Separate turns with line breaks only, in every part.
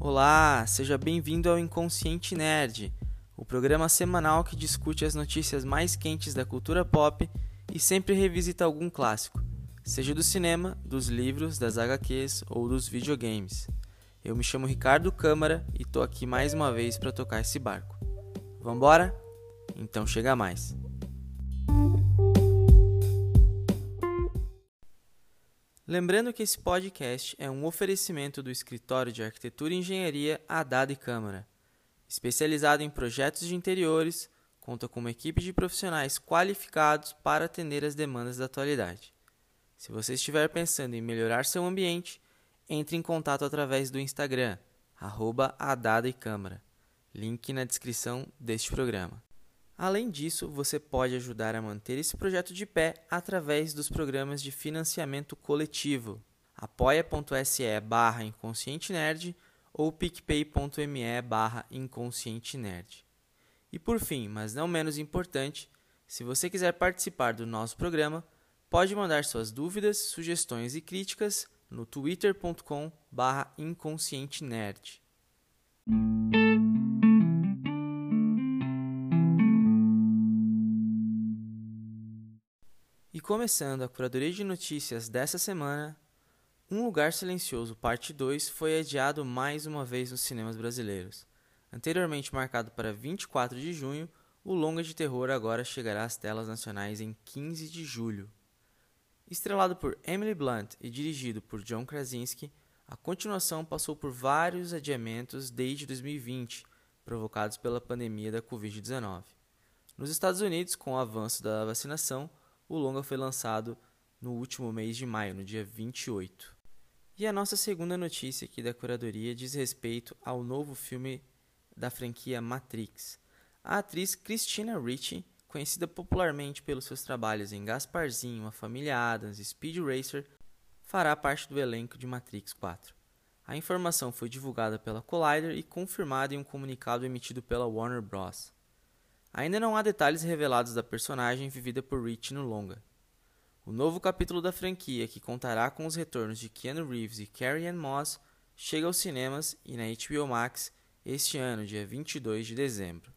Olá, seja bem-vindo ao Inconsciente Nerd, o programa semanal que discute as notícias mais quentes da cultura pop e sempre revisita algum clássico, seja do cinema, dos livros, das HQs ou dos videogames. Eu me chamo Ricardo Câmara e tô aqui mais uma vez para tocar esse barco. Vambora? Então chega mais. Lembrando que esse podcast é um oferecimento do Escritório de Arquitetura e Engenharia Haddad e Câmara. Especializado em projetos de interiores, conta com uma equipe de profissionais qualificados para atender as demandas da atualidade. Se você estiver pensando em melhorar seu ambiente, entre em contato através do Instagram, @HaddadECâmara, link na descrição deste programa. Além disso, você pode ajudar a manter esse projeto de pé através dos programas de financiamento coletivo, apoia.se/inconscientenerd ou picpay.me/inconscientenerd. E por fim, mas não menos importante, se você quiser participar do nosso programa, pode mandar suas dúvidas, sugestões e críticas no twitter.com/inconscientenerd. E começando a curadoria de notícias dessa semana, Um Lugar Silencioso Parte 2 foi adiado mais uma vez nos cinemas brasileiros. Anteriormente marcado para 24 de junho, o longa de terror agora chegará às telas nacionais em 15 de julho. Estrelado por Emily Blunt e dirigido por John Krasinski, a continuação passou por vários adiamentos desde 2020, provocados pela pandemia da Covid-19. Nos Estados Unidos, com o avanço da vacinação, o longa foi lançado no último mês de maio, no dia 28. E a nossa segunda notícia aqui da curadoria diz respeito ao novo filme da franquia Matrix. A atriz Christina Ricci, conhecida popularmente pelos seus trabalhos em Gasparzinho, A Família Addams e Speed Racer, fará parte do elenco de Matrix 4. A informação foi divulgada pela Collider e confirmada em um comunicado emitido pela Warner Bros. Ainda não há detalhes revelados da personagem vivida por Ricci no longa. O novo capítulo da franquia, que contará com os retornos de Keanu Reeves e Carrie-Anne Moss, chega aos cinemas e na HBO Max este ano, dia 22 de dezembro.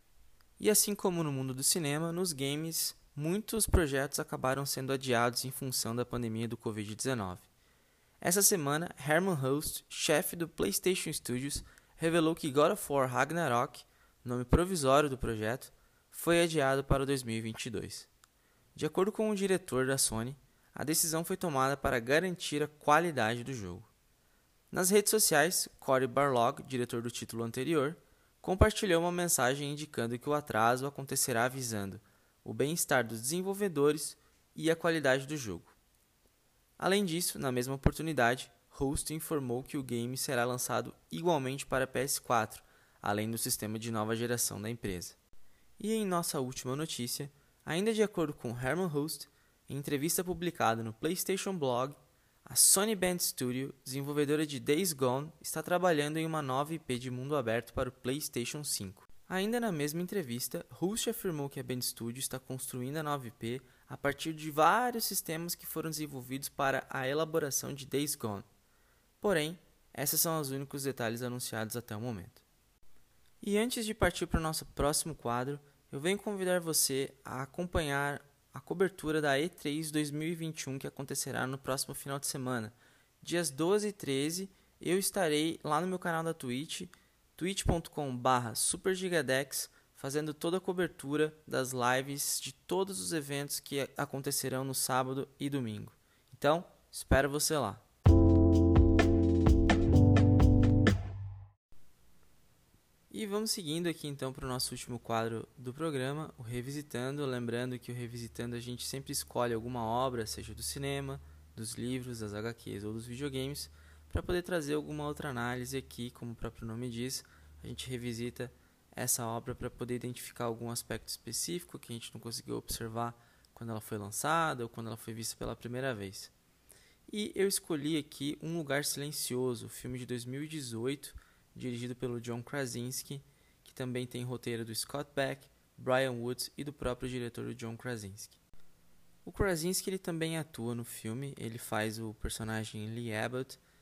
E assim como no mundo do cinema, nos games, muitos projetos acabaram sendo adiados em função da pandemia do Covid-19. Essa semana, Herman Hulst, chefe do PlayStation Studios, revelou que God of War Ragnarok, nome provisório do projeto, foi adiado para 2022. De acordo com o diretor da Sony, a decisão foi tomada para garantir a qualidade do jogo. Nas redes sociais, Cory Barlog, diretor do título anterior, compartilhou uma mensagem indicando que o atraso acontecerá visando o bem-estar dos desenvolvedores e a qualidade do jogo. Além disso, na mesma oportunidade, Hulst informou que o game será lançado igualmente para PS4, além do sistema de nova geração da empresa. E em nossa última notícia, ainda de acordo com Herman Hulst, em entrevista publicada no PlayStation Blog, a Sony Band Studio, desenvolvedora de Days Gone, está trabalhando em uma nova IP de mundo aberto para o PlayStation 5. Ainda na mesma entrevista, Hulst afirmou que a Band Studio está construindo a nova IP a partir de vários sistemas que foram desenvolvidos para a elaboração de Days Gone. Porém, esses são os únicos detalhes anunciados até o momento. E antes de partir para o nosso próximo quadro, eu venho convidar você a acompanhar a cobertura da E3 2021 que acontecerá no próximo final de semana. Dias 12 e 13, eu estarei lá no meu canal da Twitch, twitch.com/supergigadex, fazendo toda a cobertura das lives de todos os eventos que acontecerão no sábado e domingo. Então, espero você lá. E vamos seguindo aqui então para o nosso último quadro do programa, o Revisitando. Lembrando que o Revisitando a gente sempre escolhe alguma obra, seja do cinema, dos livros, das HQs ou dos videogames, para poder trazer alguma outra análise aqui, como o próprio nome diz. A gente revisita essa obra para poder identificar algum aspecto específico que a gente não conseguiu observar quando ela foi lançada ou quando ela foi vista pela primeira vez. E eu escolhi aqui Um Lugar Silencioso, filme de 2018, dirigido pelo John Krasinski, que também tem roteiro do Scott Beck, Brian Woods e do próprio diretor John Krasinski. O Krasinski ele também atua no filme, ele faz o personagem Lee Abbott,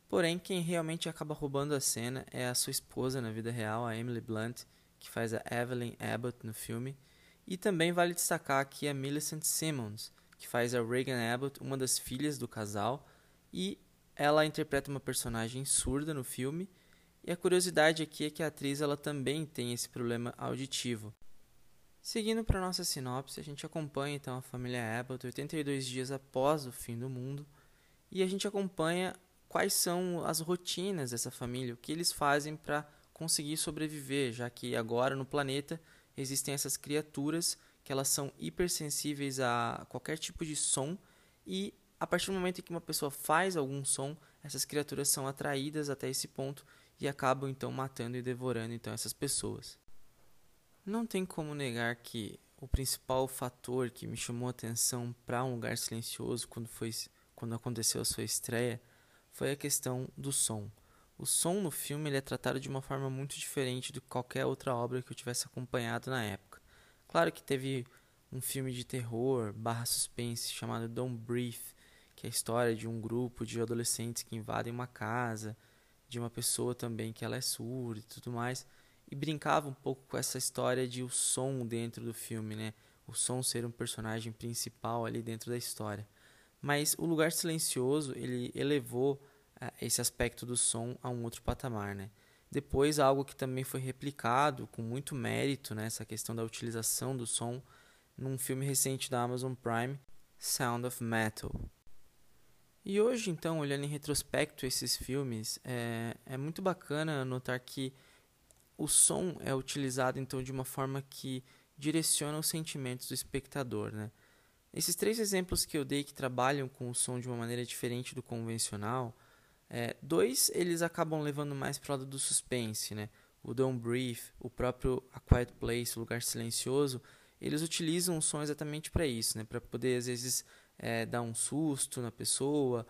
Porém, quem realmente acaba roubando a cena é a sua esposa na vida real, a Emily Blunt, que faz a Evelyn Abbott no filme. E também vale destacar aqui a Millicent Simmons, que faz a Regan Abbott, uma das filhas do casal, e ela interpreta uma personagem surda no filme. E a curiosidade aqui é que a atriz ela também tem esse problema auditivo. Seguindo para nossa sinopse, a gente acompanha então a família Abbott 82 dias após o fim do mundo, e a gente acompanha quais são as rotinas dessa família, o que eles fazem para conseguir sobreviver, já que agora no planeta existem essas criaturas que elas são hipersensíveis a qualquer tipo de som, e a partir do momento em que uma pessoa faz algum som, essas criaturas são atraídas até esse ponto e acabam então matando e devorando então essas pessoas. Não tem como negar que o principal fator que me chamou a atenção para Um Lugar Silencioso quando aconteceu a sua estreia foi a questão do som. O som no filme ele é tratado de uma forma muito diferente de qualquer outra obra que eu tivesse acompanhado na época. Claro que teve um filme de terror / suspense chamado Don't Breathe, que é a história de um grupo de adolescentes que invadem uma casa, de uma pessoa também que ela é surda e tudo mais, e brincava um pouco com essa história de o som dentro do filme, né? O som ser um personagem principal ali dentro da história. Mas O Lugar Silencioso, ele elevou esse aspecto do som a um outro patamar, né? Depois, algo que também foi replicado com muito mérito, né? Essa questão da utilização do som num filme recente da Amazon Prime, Sound of Metal. E hoje, então, olhando em retrospecto esses filmes, é muito bacana notar que o som é utilizado então de uma forma que direciona os sentimentos do espectador, né? Esses 3 exemplos que eu dei que trabalham com o som de uma maneira diferente do convencional, 2 eles acabam levando mais para o lado do suspense, né? O Don't Breathe, o próprio A Quiet Place, o Lugar Silencioso, eles utilizam o som exatamente para isso, né? Para poder às vezes dar um susto na pessoa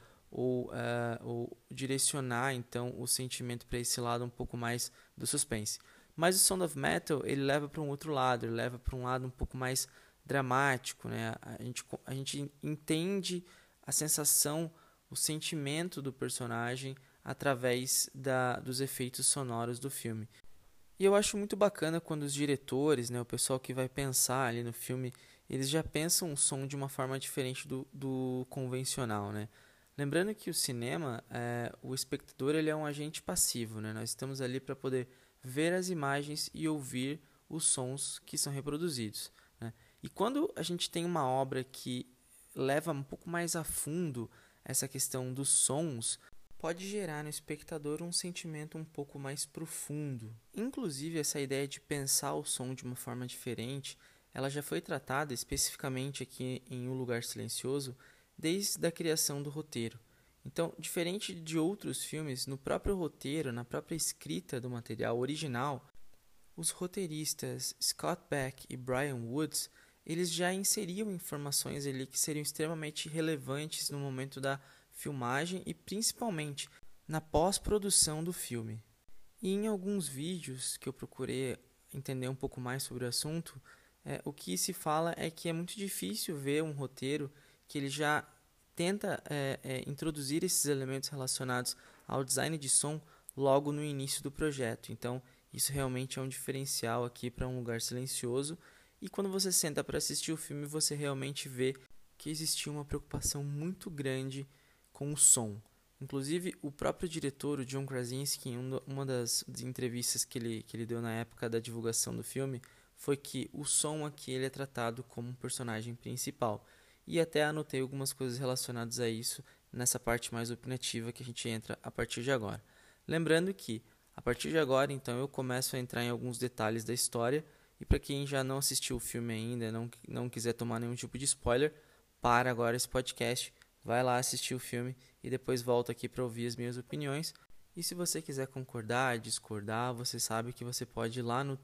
ou direcionar então o sentimento para esse lado um pouco mais do suspense. Mas o Sound of Metal ele leva para um outro lado, ele leva para um lado um pouco mais dramático, né? A gente entende a sensação, o sentimento do personagem através dos efeitos sonoros do filme. E eu acho muito bacana quando os diretores, né, o pessoal que vai pensar ali no filme, eles já pensam o som de uma forma diferente do convencional, né? Lembrando que o cinema, o espectador ele é um agente passivo, né? Nós estamos ali para poder ver as imagens e ouvir os sons que são reproduzidos, né? E quando a gente tem uma obra que leva um pouco mais a fundo essa questão dos sons, pode gerar no espectador um sentimento um pouco mais profundo. Inclusive, essa ideia de pensar o som de uma forma diferente, ela já foi tratada especificamente aqui em Um Lugar Silencioso desde a criação do roteiro. Então, diferente de outros filmes, no próprio roteiro, na própria escrita do material original, os roteiristas Scott Beck e Brian Woods, eles já inseriam informações ali que seriam extremamente relevantes no momento da filmagem e principalmente na pós-produção do filme. E em alguns vídeos que eu procurei entender um pouco mais sobre o assunto, o que se fala é que é muito difícil ver um roteiro que ele já tenta introduzir esses elementos relacionados ao design de som logo no início do projeto. Então, isso realmente é um diferencial aqui para Um Lugar Silencioso. E quando você senta para assistir o filme, você realmente vê que existia uma preocupação muito grande com o som. Inclusive, o próprio diretor, o John Krasinski, em uma das entrevistas que ele deu na época da divulgação do filme, foi que o som aqui ele é tratado como um personagem principal. E até anotei algumas coisas relacionadas a isso nessa parte mais opinativa que a gente entra a partir de agora. Lembrando que, a partir de agora, então, eu começo a entrar em alguns detalhes da história, e para quem já não assistiu o filme ainda, não quiser tomar nenhum tipo de spoiler, para agora esse podcast, vai lá assistir o filme e depois volta aqui para ouvir as minhas opiniões. E se você quiser concordar, discordar, você sabe que você pode ir lá no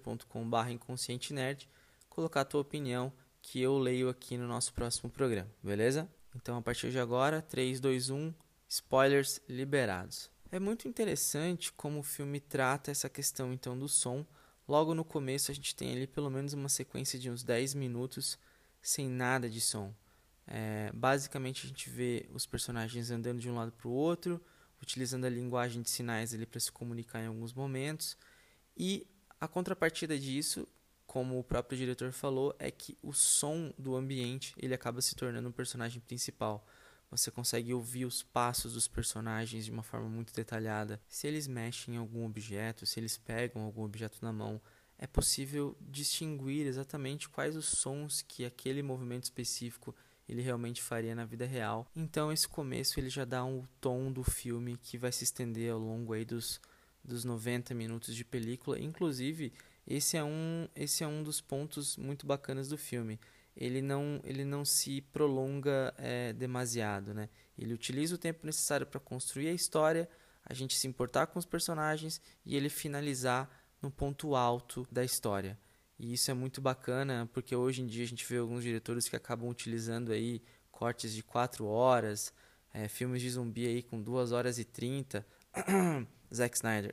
twitter.com/inconscientenerd, colocar a tua opinião, que eu leio aqui no nosso próximo programa, beleza? Então, a partir de agora, 3, 2, 1, spoilers liberados. É muito interessante como o filme trata essa questão então do som. Logo no começo a gente tem ali pelo menos uma sequência de uns 10 minutos sem nada de som. Basicamente a gente vê os personagens andando de um lado para o outro, utilizando a linguagem de sinais ali para se comunicar em alguns momentos. E a contrapartida disso, como o próprio diretor falou, é que o som do ambiente ele acaba se tornando um personagem principal. Você consegue ouvir os passos dos personagens de uma forma muito detalhada. Se eles mexem em algum objeto, se eles pegam algum objeto na mão, é possível distinguir exatamente quais os sons que aquele movimento específico ele realmente faria na vida real. Então esse começo ele já dá um tom do filme que vai se estender ao longo aí dos 90 minutos de película. Inclusive, esse é um dos pontos muito bacanas do filme. Ele não se prolonga demasiado, né? Ele utiliza o tempo necessário para construir a história, a gente se importar com os personagens e ele finalizar no ponto alto da história. E isso é muito bacana, porque hoje em dia a gente vê alguns diretores que acabam utilizando aí cortes de 4 horas, filmes de zumbi aí com 2 horas e 30. Zack Snyder.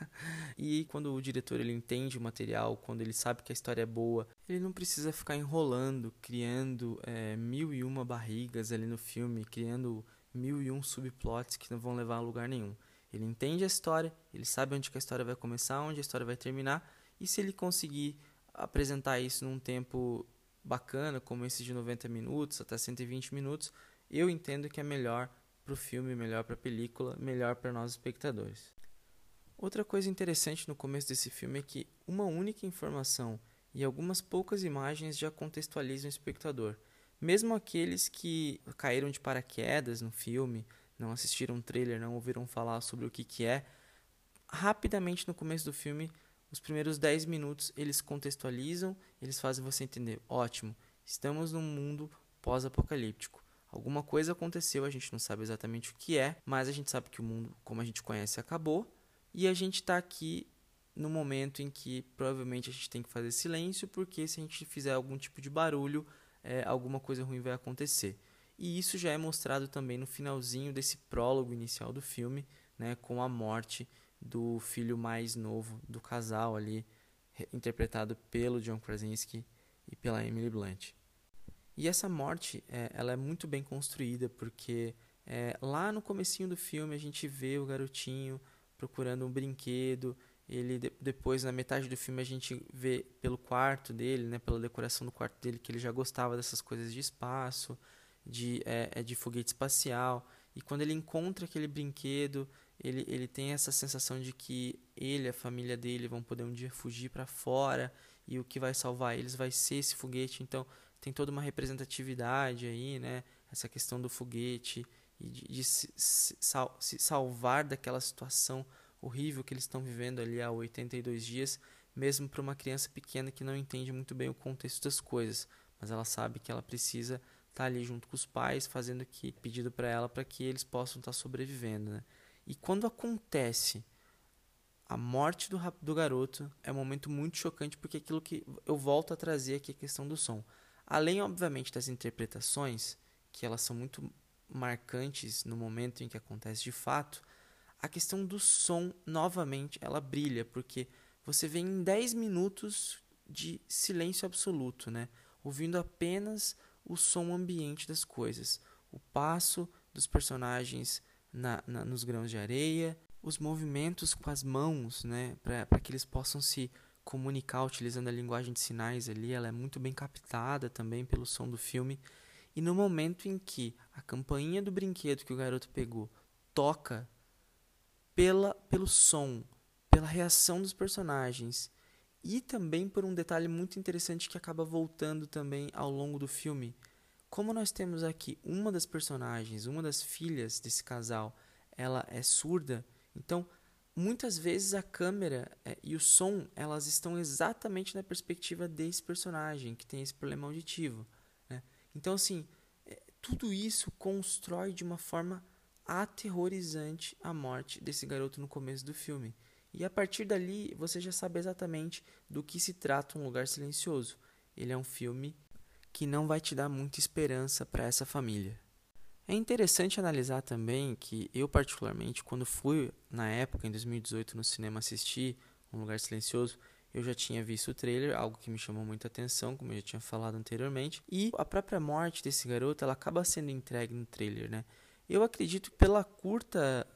E quando o diretor ele entende o material, quando ele sabe que a história é boa, ele não precisa ficar enrolando, criando 1001 barrigas ali no filme, criando 1001 subplots que não vão levar a lugar nenhum. Ele entende a história, ele sabe onde que a história vai começar, onde a história vai terminar, e se ele conseguir apresentar isso num tempo bacana, como esse de 90 minutos até 120 minutos, eu entendo que é melhor para o filme, melhor para a película, melhor para nós espectadores. Outra coisa interessante no começo desse filme é que uma única informação e algumas poucas imagens já contextualizam o espectador. Mesmo aqueles que caíram de paraquedas no filme, não assistiram o trailer, não ouviram falar sobre o que é, rapidamente no começo do filme, os primeiros 10 minutos, eles contextualizam, eles fazem você entender, ótimo, estamos num mundo pós-apocalíptico. Alguma coisa aconteceu, a gente não sabe exatamente o que é, mas a gente sabe que o mundo, como a gente conhece, acabou. E a gente está aqui no momento em que provavelmente a gente tem que fazer silêncio, porque se a gente fizer algum tipo de barulho, alguma coisa ruim vai acontecer. E isso já é mostrado também no finalzinho desse prólogo inicial do filme, né, com a morte do filho mais novo do casal ali, interpretado pelo John Krasinski e pela Emily Blunt. E essa morte, ela é muito bem construída, porque lá no comecinho do filme a gente vê o garotinho procurando um brinquedo. Ele depois, na metade do filme, a gente vê pelo quarto dele, né, pela decoração do quarto dele, que ele já gostava dessas coisas de espaço, de foguete espacial. E quando ele encontra aquele brinquedo, ele tem essa sensação de que ele e a família dele vão poder um dia fugir para fora, e o que vai salvar eles vai ser esse foguete. Então tem toda uma representatividade aí, né? Essa questão do foguete e de se salvar daquela situação horrível que eles estão vivendo ali há 82 dias, mesmo para uma criança pequena que não entende muito bem o contexto das coisas, mas ela sabe que ela precisa estar ali junto com os pais, fazendo o que pedido para ela, para que eles possam estar sobrevivendo, né? E quando acontece a morte do garoto, é um momento muito chocante, porque aquilo que eu volto a trazer aqui, a questão do som. Além, obviamente, das interpretações, que elas são muito marcantes no momento em que acontece de fato, a questão do som, novamente, ela brilha, porque você vê em 10 minutos de silêncio absoluto, né? Ouvindo apenas o som ambiente das coisas, o passo dos personagens nos grãos de areia, os movimentos com as mãos, né? Para que eles possam se comunicar utilizando a linguagem de sinais ali, ela é muito bem captada também pelo som do filme. E no momento em que a campainha do brinquedo que o garoto pegou toca, pelo som, pela reação dos personagens e também por um detalhe muito interessante que acaba voltando também ao longo do filme. Como nós temos aqui uma das personagens, uma das filhas desse casal, ela é surda, então muitas vezes a câmera e o som, elas estão exatamente na perspectiva desse personagem que tem esse problema auditivo, né? Então, assim, tudo isso constrói de uma forma aterrorizante a morte desse garoto no começo do filme. E a partir dali, você já sabe exatamente do que se trata Um Lugar Silencioso. Ele é um filme que não vai te dar muita esperança para essa família. É interessante analisar também que eu, particularmente, quando fui, na época, em 2018, no cinema assistir Um Lugar Silencioso, eu já tinha visto o trailer, algo que me chamou muita atenção, como eu já tinha falado anteriormente. E a própria morte desse garoto, ela acaba sendo entregue no trailer, né? Eu acredito que pela curta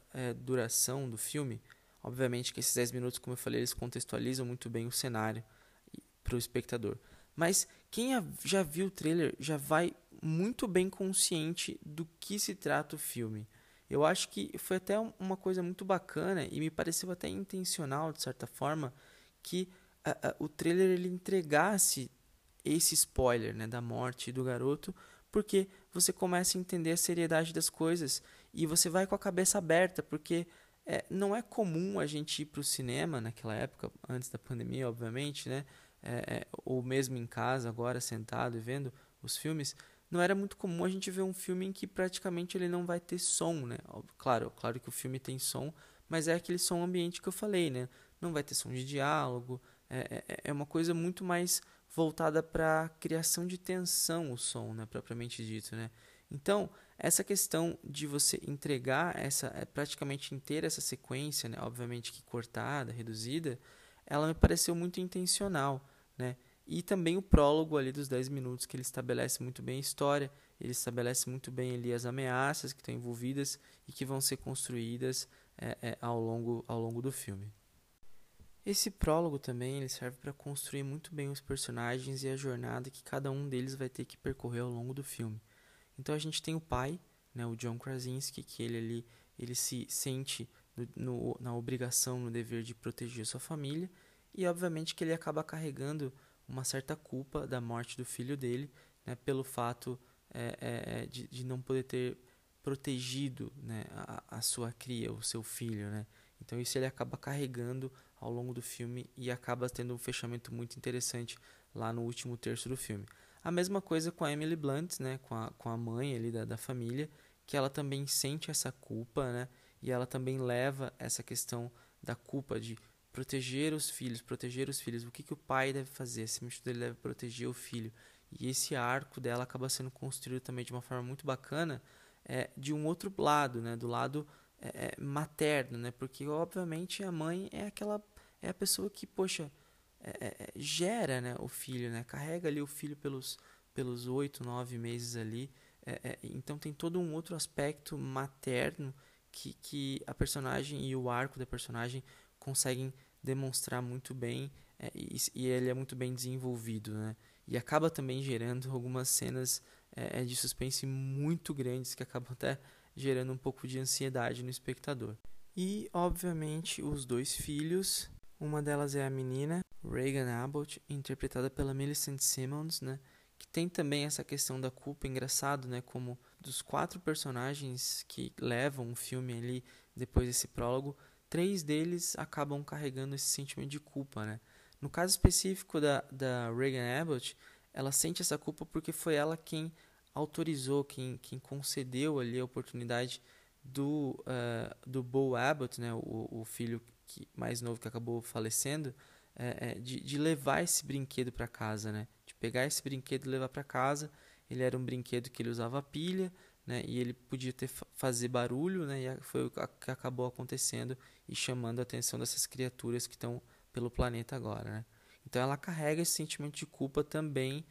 duração do filme, obviamente que esses 10 minutos, como eu falei, eles contextualizam muito bem o cenário para o espectador. Mas quem já viu o trailer já vai muito bem consciente do que se trata o filme. Eu acho que foi até uma coisa muito bacana e me pareceu até intencional, de certa forma, que o trailer ele entregasse esse spoiler, né, da morte do garoto, porque você começa a entender a seriedade das coisas e você vai com a cabeça aberta, porque não é comum a gente ir para o cinema naquela época, antes da pandemia, obviamente, né, ou mesmo em casa agora, sentado e vendo os filmes. Não era muito comum a gente ver um filme em que praticamente ele não vai ter som, né? Claro que o filme tem som, mas é aquele som ambiente que eu falei, né? Não vai ter som de diálogo, é uma coisa muito mais voltada para a criação de tensão, o som, né? Propriamente dito, né? Então, essa questão de você entregar praticamente inteira essa sequência, né? Obviamente que cortada, reduzida, ela me pareceu muito intencional, né? E também o prólogo ali dos 10 minutos, que ele estabelece muito bem a história, ele estabelece muito bem ali as ameaças que estão envolvidas e que vão ser construídas ao longo do filme. Esse prólogo também ele serve para construir muito bem os personagens e a jornada que cada um deles vai ter que percorrer ao longo do filme. Então a gente tem o pai, né, o John Krasinski, que ele se sente na obrigação, no dever de proteger sua família, e obviamente que ele acaba carregando uma certa culpa da morte do filho dele, né, pelo fato de não poder ter protegido, né, a sua cria, o seu filho, né? Então isso ele acaba carregando ao longo do filme e acaba tendo um fechamento muito interessante lá no último terço do filme. A mesma coisa com a Emily Blunt, né, com a mãe ali da família, que ela também sente essa culpa, né, e ela também leva essa questão da culpa de proteger os filhos. O que o pai deve fazer? Esse sentido ele deve proteger o filho. E esse arco dela acaba sendo construído também de uma forma muito bacana, de um outro lado, né, do lado materno, né, porque obviamente a mãe é a pessoa que, poxa, gera, né, o filho, né, carrega ali o filho pelos 8, 9 meses ali, então tem todo um outro aspecto materno que a personagem e o arco da personagem conseguem demonstrar muito bem, e ele é muito bem desenvolvido, né, e acaba também gerando algumas cenas de suspense muito grandes que acabam até gerando um pouco de ansiedade no espectador. E, obviamente, os dois filhos, uma delas é a menina Regan Abbott, interpretada pela Millicent Simmons, né, que tem também essa questão da culpa. Engraçado, né, como dos 4 personagens que levam o filme ali depois desse prólogo, 3 deles acabam carregando esse sentimento de culpa, né. No caso específico da Regan Abbott, ela sente essa culpa porque foi ela quem autorizou, quem concedeu ali a oportunidade do Bo Abbott, né, o filho mais novo que acabou falecendo, de levar esse brinquedo para casa, né, de pegar esse brinquedo e levar para casa. Ele era um brinquedo que ele usava pilha, né, e ele podia fazer barulho, né, e foi o que acabou acontecendo e chamando a atenção dessas criaturas que estão pelo planeta agora, né. Então ela carrega esse sentimento de culpa também,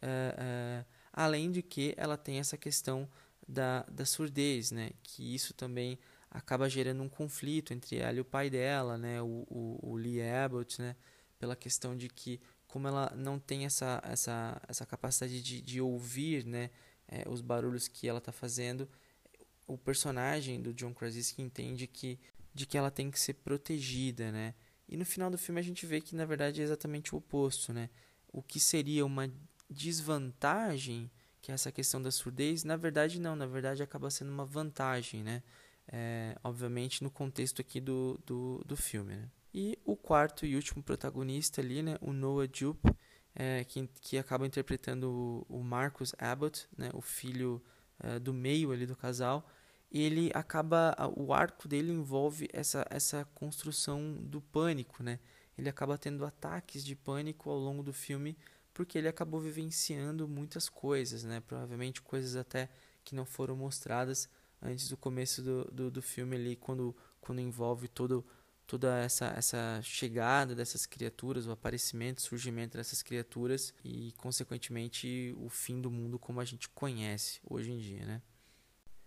além de que ela tem essa questão da surdez, né? Que isso também acaba gerando um conflito entre ela e o pai dela, né? O Lee Abbott, né? Pela questão de que, como ela não tem essa capacidade de ouvir, né? Os barulhos que ela está fazendo, o personagem do John Krasinski entende de que ela tem que ser protegida, né? E no final do filme a gente vê que na verdade é exatamente o oposto, né? O que seria uma desvantagem, que é essa questão da surdez, na verdade não, na verdade acaba sendo uma vantagem, né? Obviamente no contexto aqui do filme, né? E o quarto e último protagonista ali, né? O Noah Jupe, que acaba interpretando o Marcus Abbott, né? O filho do meio ali do casal. Ele acaba, o arco dele envolve essa construção do pânico, né? Ele acaba tendo ataques de pânico ao longo do filme porque ele acabou vivenciando muitas coisas, né? Provavelmente coisas até que não foram mostradas antes do começo do filme ali, quando envolve toda essa chegada dessas criaturas, o aparecimento, o surgimento dessas criaturas e, consequentemente, o fim do mundo como a gente conhece hoje em dia, né?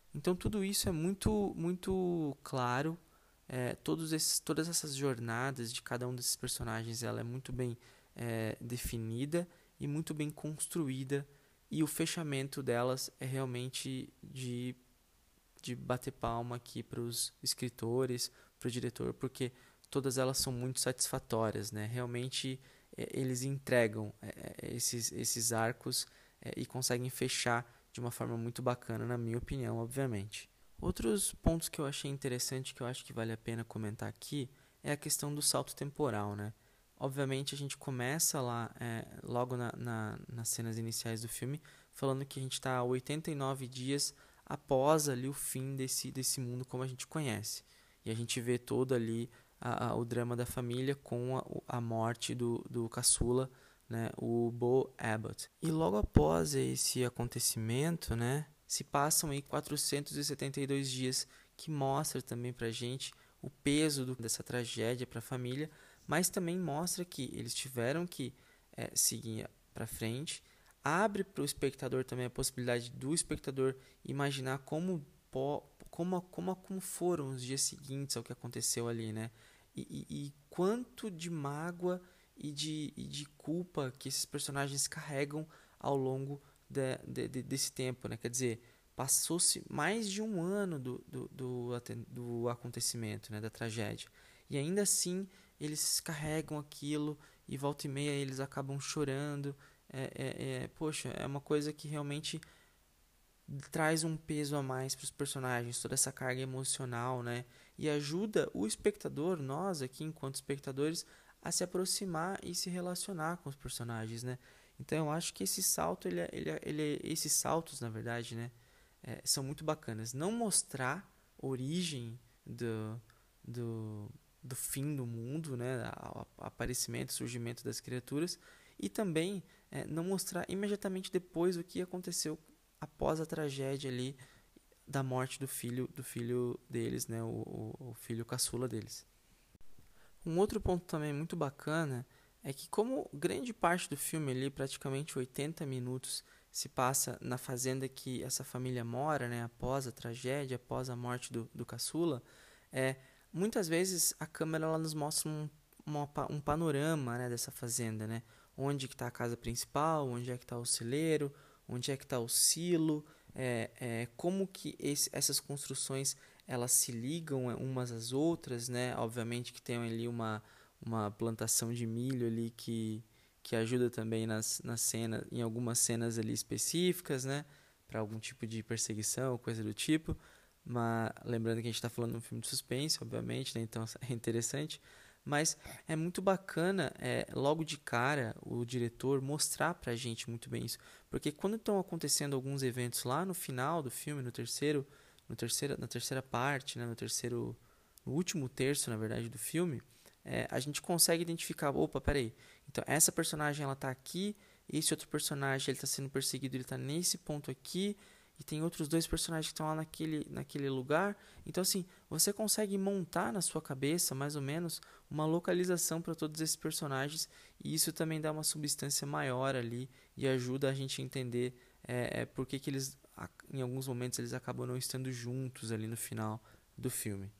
Então tudo isso é muito claro. Todas essas jornadas de cada um desses personagens, ela é muito bem definida e muito bem construída, e o fechamento delas é realmente de bater palma aqui para os escritores, para o diretor, porque todas elas são muito satisfatórias, né? Realmente eles entregam esses arcos e conseguem fechar de uma forma muito bacana, na minha opinião, obviamente. Outros pontos que eu achei interessante, que eu acho que vale a pena comentar aqui, é a questão do salto temporal, né? Obviamente a gente começa lá, logo nas cenas iniciais do filme, falando que a gente está 89 dias após ali o fim desse mundo como a gente conhece. E a gente vê todo ali o drama da família com a morte do caçula, né, o Bo Abbott. E logo após esse acontecimento, né, se passam aí 472 dias, que mostra também pra gente o peso dessa tragédia para a família, mas também mostra que eles tiveram que seguir para frente. Abre para o espectador também a possibilidade do espectador imaginar como foram os dias seguintes ao que aconteceu ali, né? E quanto de mágoa e de culpa que esses personagens carregam ao longo desse tempo, né? Quer dizer, passou-se mais de um ano do acontecimento, né? Da tragédia. E ainda assim, eles carregam aquilo e volta e meia eles acabam chorando. Poxa, é uma coisa que realmente traz um peso a mais para os personagens, toda essa carga emocional, né? E ajuda o espectador, nós aqui enquanto espectadores, a se aproximar e se relacionar com os personagens, né? Então eu acho que esse salto, esses saltos, na verdade, né, são muito bacanas. Não mostrar a origem do, do fim do mundo, né, o aparecimento, surgimento das criaturas, e também não mostrar imediatamente depois o que aconteceu após a tragédia ali da morte do filho deles, né, o filho caçula deles. Um outro ponto também muito bacana é que como grande parte do filme ali, praticamente 80 minutos, se passa na fazenda que essa família mora, né, após a tragédia, após a morte do caçula, é, muitas vezes a câmera ela nos mostra um panorama, né, dessa fazenda, né, onde que está a casa principal, onde é que está o celeiro, onde é que está o silo, como que essas construções elas se ligam umas às outras, né? Obviamente que tem ali uma plantação de milho ali que ajuda também nas cenas, em algumas cenas ali específicas, né? Para algum tipo de perseguição, coisa do tipo. Mas lembrando que a gente está falando de um filme de suspense, obviamente, né? Então é interessante. Mas é muito bacana, logo de cara, o diretor mostrar pra gente muito bem isso. Porque quando estão acontecendo alguns eventos lá no final do filme, na terceira parte, né, no último terço, na verdade, do filme, a gente consegue identificar, opa, peraí, então essa personagem ela tá aqui, esse outro personagem ele está sendo perseguido, ele está nesse ponto aqui, e tem outros dois personagens que estão lá naquele lugar. Então, assim, você consegue montar na sua cabeça, mais ou menos, uma localização para todos esses personagens, e isso também dá uma substância maior ali e ajuda a gente a entender por que eles, em alguns momentos, eles acabam não estando juntos ali no final do filme.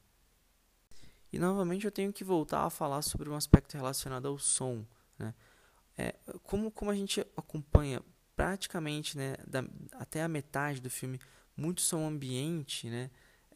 E novamente eu tenho que voltar a falar sobre um aspecto relacionado ao som, né? Como a gente acompanha praticamente, né, até a metade do filme muito som ambiente, né?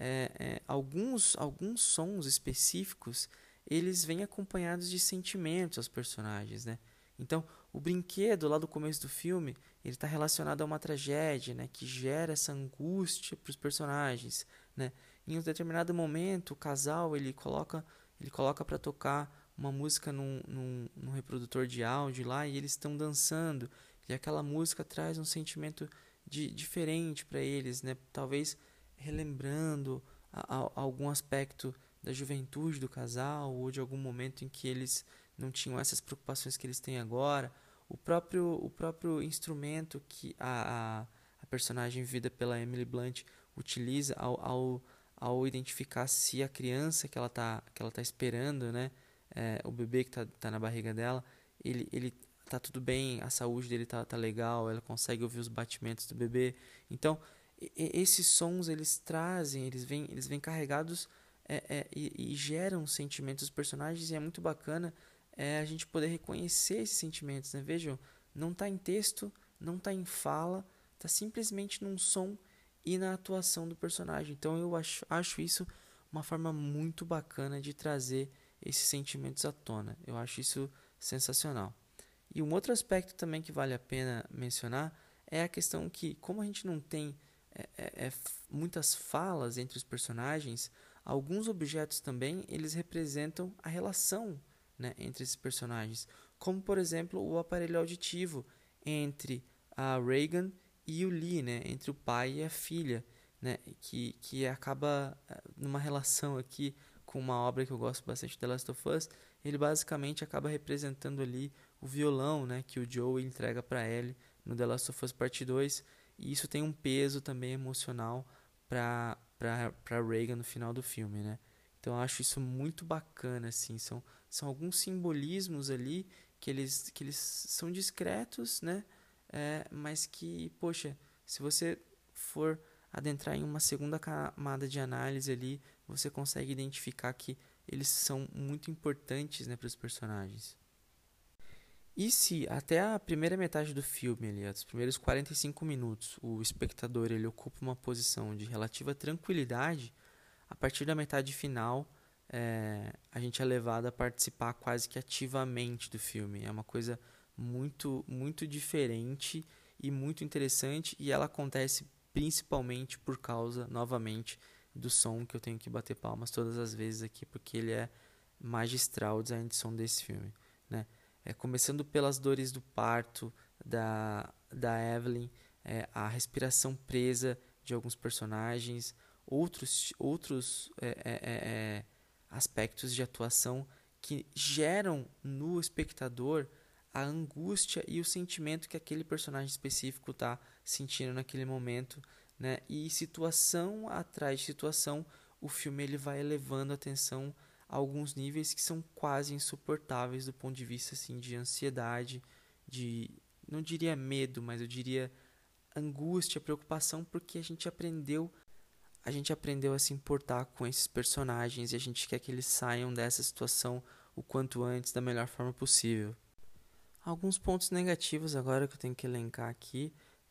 Alguns sons específicos eles vêm acompanhados de sentimentos aos personagens, né? Então o brinquedo lá do começo do filme ele está relacionado a uma tragédia, né, que gera essa angústia para os personagens, né? Em um determinado momento o casal ele coloca para tocar uma música num reprodutor de áudio lá e eles estão dançando e aquela música traz um sentimento diferente para eles, né? Talvez relembrando algum aspecto da juventude do casal ou de algum momento em que eles não tinham essas preocupações que eles têm agora. O próprio instrumento que a personagem vivida pela Emily Blunt utiliza ao identificar se a criança que ela tá esperando, né, o bebê que tá na barriga dela, ele tá tudo bem, a saúde dele tá legal, ela consegue ouvir os batimentos do bebê. Então, esses sons eles trazem, eles vêm carregados e geram sentimentos dos personagens, e é muito bacana a gente poder reconhecer esses sentimentos, né? Vejam, não está em texto, não está em fala, está simplesmente num som e na atuação do personagem. Então eu acho isso uma forma muito bacana de trazer esses sentimentos à tona. Eu acho isso sensacional. E um outro aspecto também que vale a pena mencionar é a questão que, como a gente não tem muitas falas entre os personagens, alguns objetos também eles representam a relação, né, entre esses personagens, como por exemplo o aparelho auditivo entre a Regan e o Lee, né, entre o pai e a filha, né, que acaba numa relação aqui com uma obra que eu gosto bastante, The Last of Us. Ele basicamente acaba representando ali o violão, né, que o Joe entrega para Ellie no The Last of Us Parte 2, e isso tem um peso também emocional para Regan no final do filme, né? Então eu acho isso muito bacana, assim, são alguns simbolismos ali que eles são discretos, né? Mas que, poxa, se você for adentrar em uma segunda camada de análise ali, você consegue identificar que eles são muito importantes, né, para os personagens. E se até a primeira metade do filme, ali, os primeiros 45 minutos, o espectador ele ocupa uma posição de relativa tranquilidade, a partir da metade final, a gente é levado a participar quase que ativamente do filme. É uma coisa muito, muito diferente e muito interessante, e ela acontece principalmente por causa, novamente, do som, que eu tenho que bater palmas todas as vezes aqui, porque ele é magistral, o design de som desse filme, né? Começando pelas dores do parto da Evelyn, a respiração presa de alguns personagens, outros aspectos de atuação que geram no espectador a angústia e o sentimento que aquele personagem específico está sentindo naquele momento, né? E situação atrás de situação, o filme ele vai elevando a tensão a alguns níveis que são quase insuportáveis do ponto de vista assim, de ansiedade, de, não diria medo, mas eu diria angústia, preocupação, porque a gente aprendeu a se importar com esses personagens e a gente quer que eles saiam dessa situação o quanto antes, da melhor forma possível. Alguns pontos negativos agora que eu tenho que elencar aqui.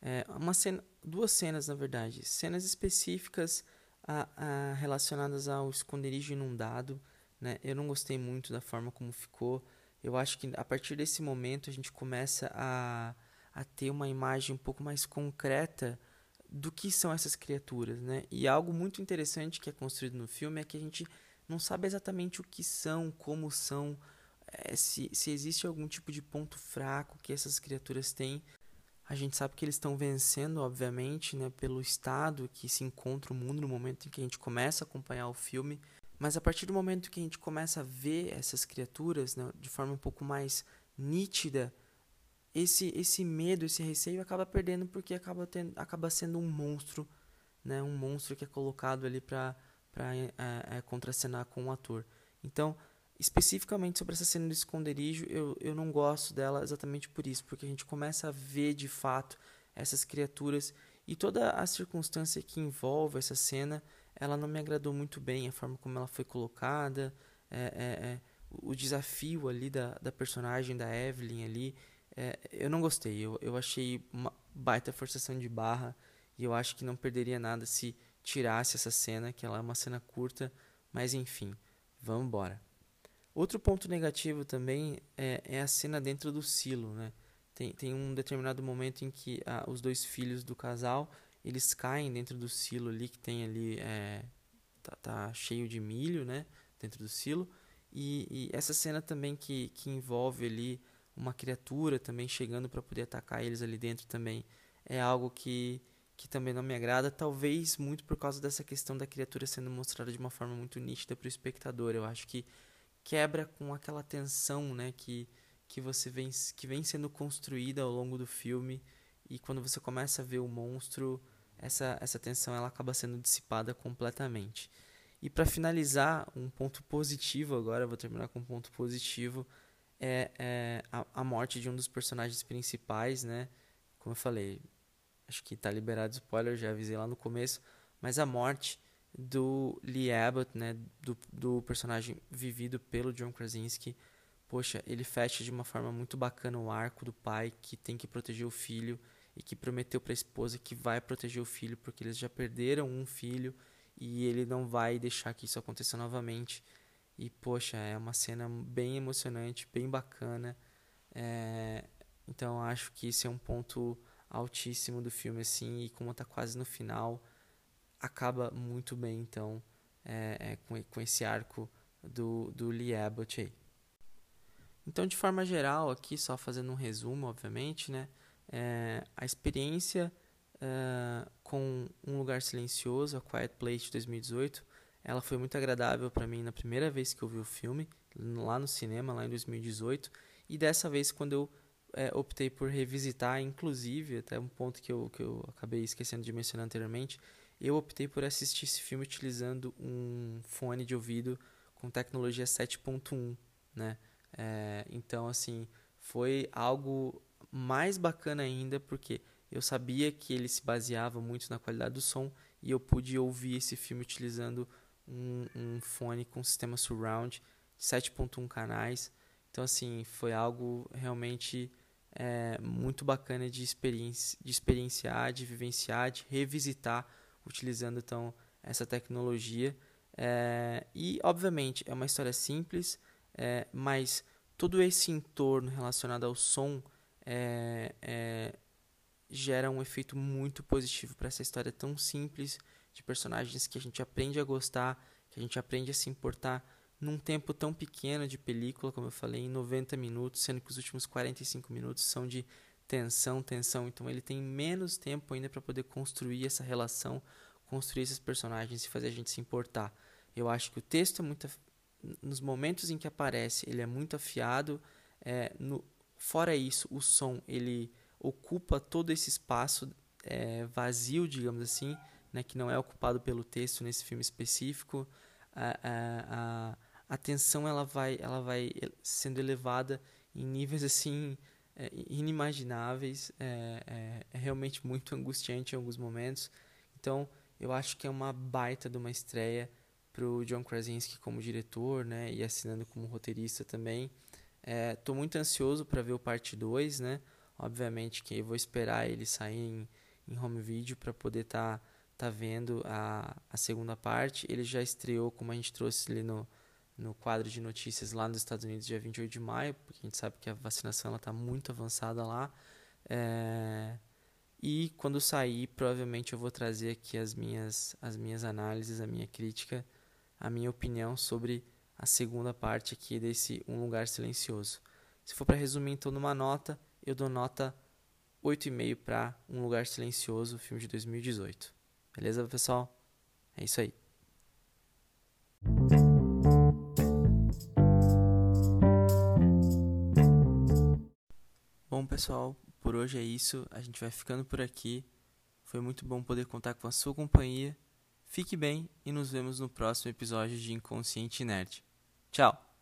Duas cenas, na verdade. Cenas específicas relacionadas ao esconderijo inundado, né? Eu não gostei muito da forma como ficou. Eu acho que a partir desse momento a gente começa a ter uma imagem um pouco mais concreta do que são essas criaturas, né? E algo muito interessante que é construído no filme é que a gente não sabe exatamente o que são, como são, se existe algum tipo de ponto fraco que essas criaturas têm. A gente sabe que eles estão vencendo, obviamente, né, pelo estado que se encontra o mundo no momento em que a gente começa a acompanhar o filme. Mas a partir do momento que a gente começa a ver essas criaturas, né, de forma um pouco mais nítida, esse medo, esse receio acaba perdendo, porque acaba sendo um monstro, né, um monstro que é colocado ali para contracenar com o ator. Então, especificamente sobre essa cena do esconderijo, eu não gosto dela exatamente por isso, porque a gente começa a ver de fato essas criaturas, e toda a circunstância que envolve essa cena, ela não me agradou muito bem, a forma como ela foi colocada, o desafio ali da personagem da Evelyn ali, eu não gostei, eu achei uma baita forçação de barra, e eu acho que não perderia nada se tirasse essa cena, que ela é uma cena curta, mas enfim, vamos embora. Outro ponto negativo também é a cena dentro do silo, né? Tem um determinado momento em que os dois filhos do casal, eles caem dentro do silo ali, que tem ali, tá cheio de milho, né? Dentro do silo. E essa cena também que envolve ali uma criatura também chegando para poder atacar eles ali dentro também, é algo que também não me agrada, talvez muito por causa dessa questão da criatura sendo mostrada de uma forma muito nítida para o espectador. Eu acho que quebra com aquela tensão, né, que vem sendo construída ao longo do filme, e quando você começa a ver o monstro, essa tensão ela acaba sendo dissipada completamente. E para finalizar, um ponto positivo agora, eu vou terminar com um ponto positivo, a morte de um dos personagens principais, né? Como eu falei, acho que tá liberado spoiler, já avisei lá no começo, mas a morte do Lee Abbott, né, do personagem vivido pelo John Krasinski, poxa, ele fecha de uma forma muito bacana o arco do pai que tem que proteger o filho e que prometeu para a esposa que vai proteger o filho porque eles já perderam um filho e ele não vai deixar que isso aconteça novamente. E poxa, é uma cena bem emocionante, bem bacana. É, então acho que esse é um ponto altíssimo do filme assim, e como tá quase no final, acaba muito bem então com esse arco do Lee Abbott aí. Então, de forma geral, aqui só fazendo um resumo, obviamente, né? A experiência com Um Lugar Silencioso, A Quiet Place de 2018, ela foi muito agradável para mim na primeira vez que eu vi o filme, lá no cinema, lá em 2018, e dessa vez quando eu optei por revisitar, inclusive, até um ponto que eu acabei esquecendo de mencionar anteriormente, eu optei por assistir esse filme utilizando um fone de ouvido com tecnologia 7.1, né? Então, assim, foi algo mais bacana ainda, porque eu sabia que ele se baseava muito na qualidade do som e eu pude ouvir esse filme utilizando um fone com sistema surround, 7.1 canais. Então, assim, foi algo realmente muito bacana de experienciar, de vivenciar, de revisitar, utilizando então essa tecnologia. E, obviamente, é uma história simples, mas todo esse entorno relacionado ao som gera um efeito muito positivo para essa história tão simples, de personagens que a gente aprende a gostar, que a gente aprende a se importar num tempo tão pequeno de película, como eu falei, em 90 minutos, sendo que os últimos 45 minutos são de tensão, então ele tem menos tempo ainda para poder construir essa relação, construir esses personagens e fazer a gente se importar. Eu acho que o texto é muito, nos momentos em que aparece, ele é muito afiado. Fora isso, o som ele ocupa todo esse espaço vazio, digamos assim, né, que não é ocupado pelo texto nesse filme específico. A tensão ela vai sendo elevada em níveis assim inimagináveis. É realmente muito angustiante em alguns momentos. Então, eu acho que é uma baita de uma estreia para o John Krasinski como diretor, né, e assinando como roteirista também. Tô muito ansioso para ver o parte 2, né? Obviamente que eu vou esperar ele sair em home video para poder estar tá vendo a segunda parte. Ele já estreou, como a gente trouxe ali no quadro de notícias lá nos Estados Unidos, dia 28 de maio, porque a gente sabe que a vacinação está muito avançada lá. E quando sair, provavelmente eu vou trazer aqui as minhas análises, a minha crítica, a minha opinião sobre a segunda parte aqui desse Um Lugar Silencioso. Se for para resumir então numa nota, eu dou nota 8,5 para Um Lugar Silencioso, filme de 2018. Beleza, pessoal? É isso aí. Bom, pessoal, por hoje é isso. A gente vai ficando por aqui. Foi muito bom poder contar com a sua companhia. Fique bem e nos vemos no próximo episódio de Inconsciente Nerd. Tchau!